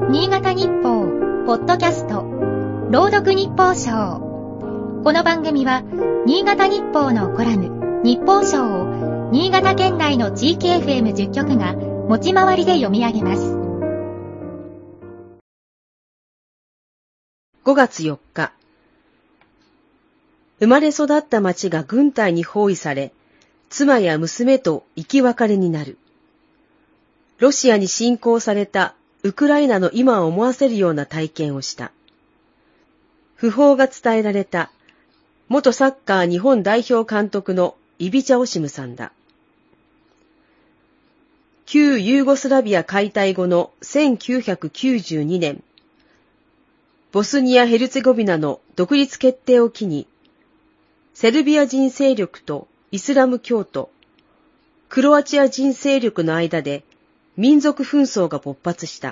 新潟日報ポッドキャスト朗読日報賞。この番組は新潟日報のコラム日報賞を新潟県内の地域 FM10 局が持ち回りで読み上げます。 5月4日、生まれ育った町が軍隊に包囲され、妻や娘と生き別れになる。ロシアに侵攻されたウクライナの今を思わせるような体験をした。訃報が伝えられた元サッカー日本代表監督のイビチャ・オシムさんだ。旧ユーゴスラビア解体後の1992年、ボスニア・ヘルツェゴビナの独立決定を機に、セルビア人勢力とイスラム教徒、クロアチア人勢力の間で民族紛争が勃発した。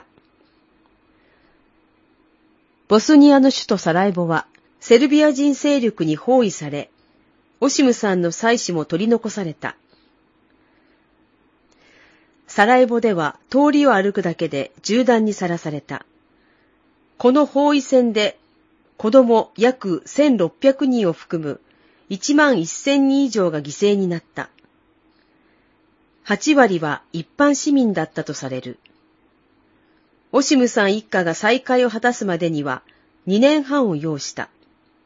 ボスニアの首都サラエボはセルビア人勢力に包囲され、オシムさんの妻子も取り残された。サラエボでは通りを歩くだけで銃弾にさらされた。この包囲戦で子供約1600人を含む1万1000人以上が犠牲になった。8割は一般市民だったとされる。オシムさん一家が再会を果たすまでには2年半を要した。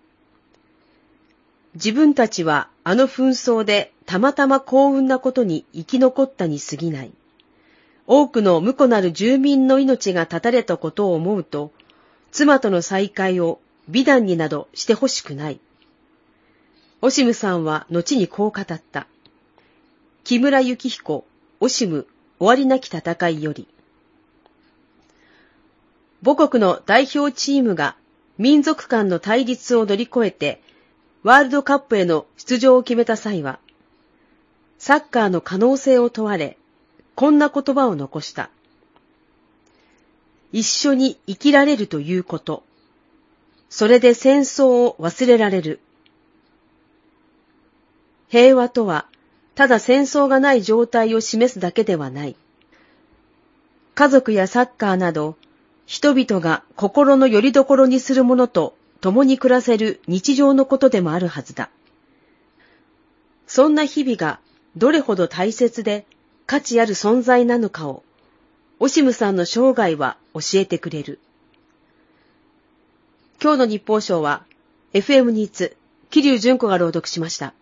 自分たちはあの紛争でたまたま幸運なことに生き残ったに過ぎない。多くの無辜なる住民の命が絶たれたことを思うと、妻との再会を美談になどしてほしくない。オシムさんは後にこう語った。木村幸彦、オシム、終わりなき戦いより。母国の代表チームが民族間の対立を乗り越えてワールドカップへの出場を決めた際は、サッカーの可能性を問われ、こんな言葉を残した。一緒に生きられるということ。それで戦争を忘れられる。平和とは、ただ戦争がない状態を示すだけではない。家族やサッカーなど、人々が心の拠り所にするものと共に暮らせる日常のことでもあるはずだ。そんな日々がどれほど大切で価値ある存在なのかを、オシムさんの生涯は教えてくれる。今日の日報賞は FM ニーツ、桐生純子が朗読しました。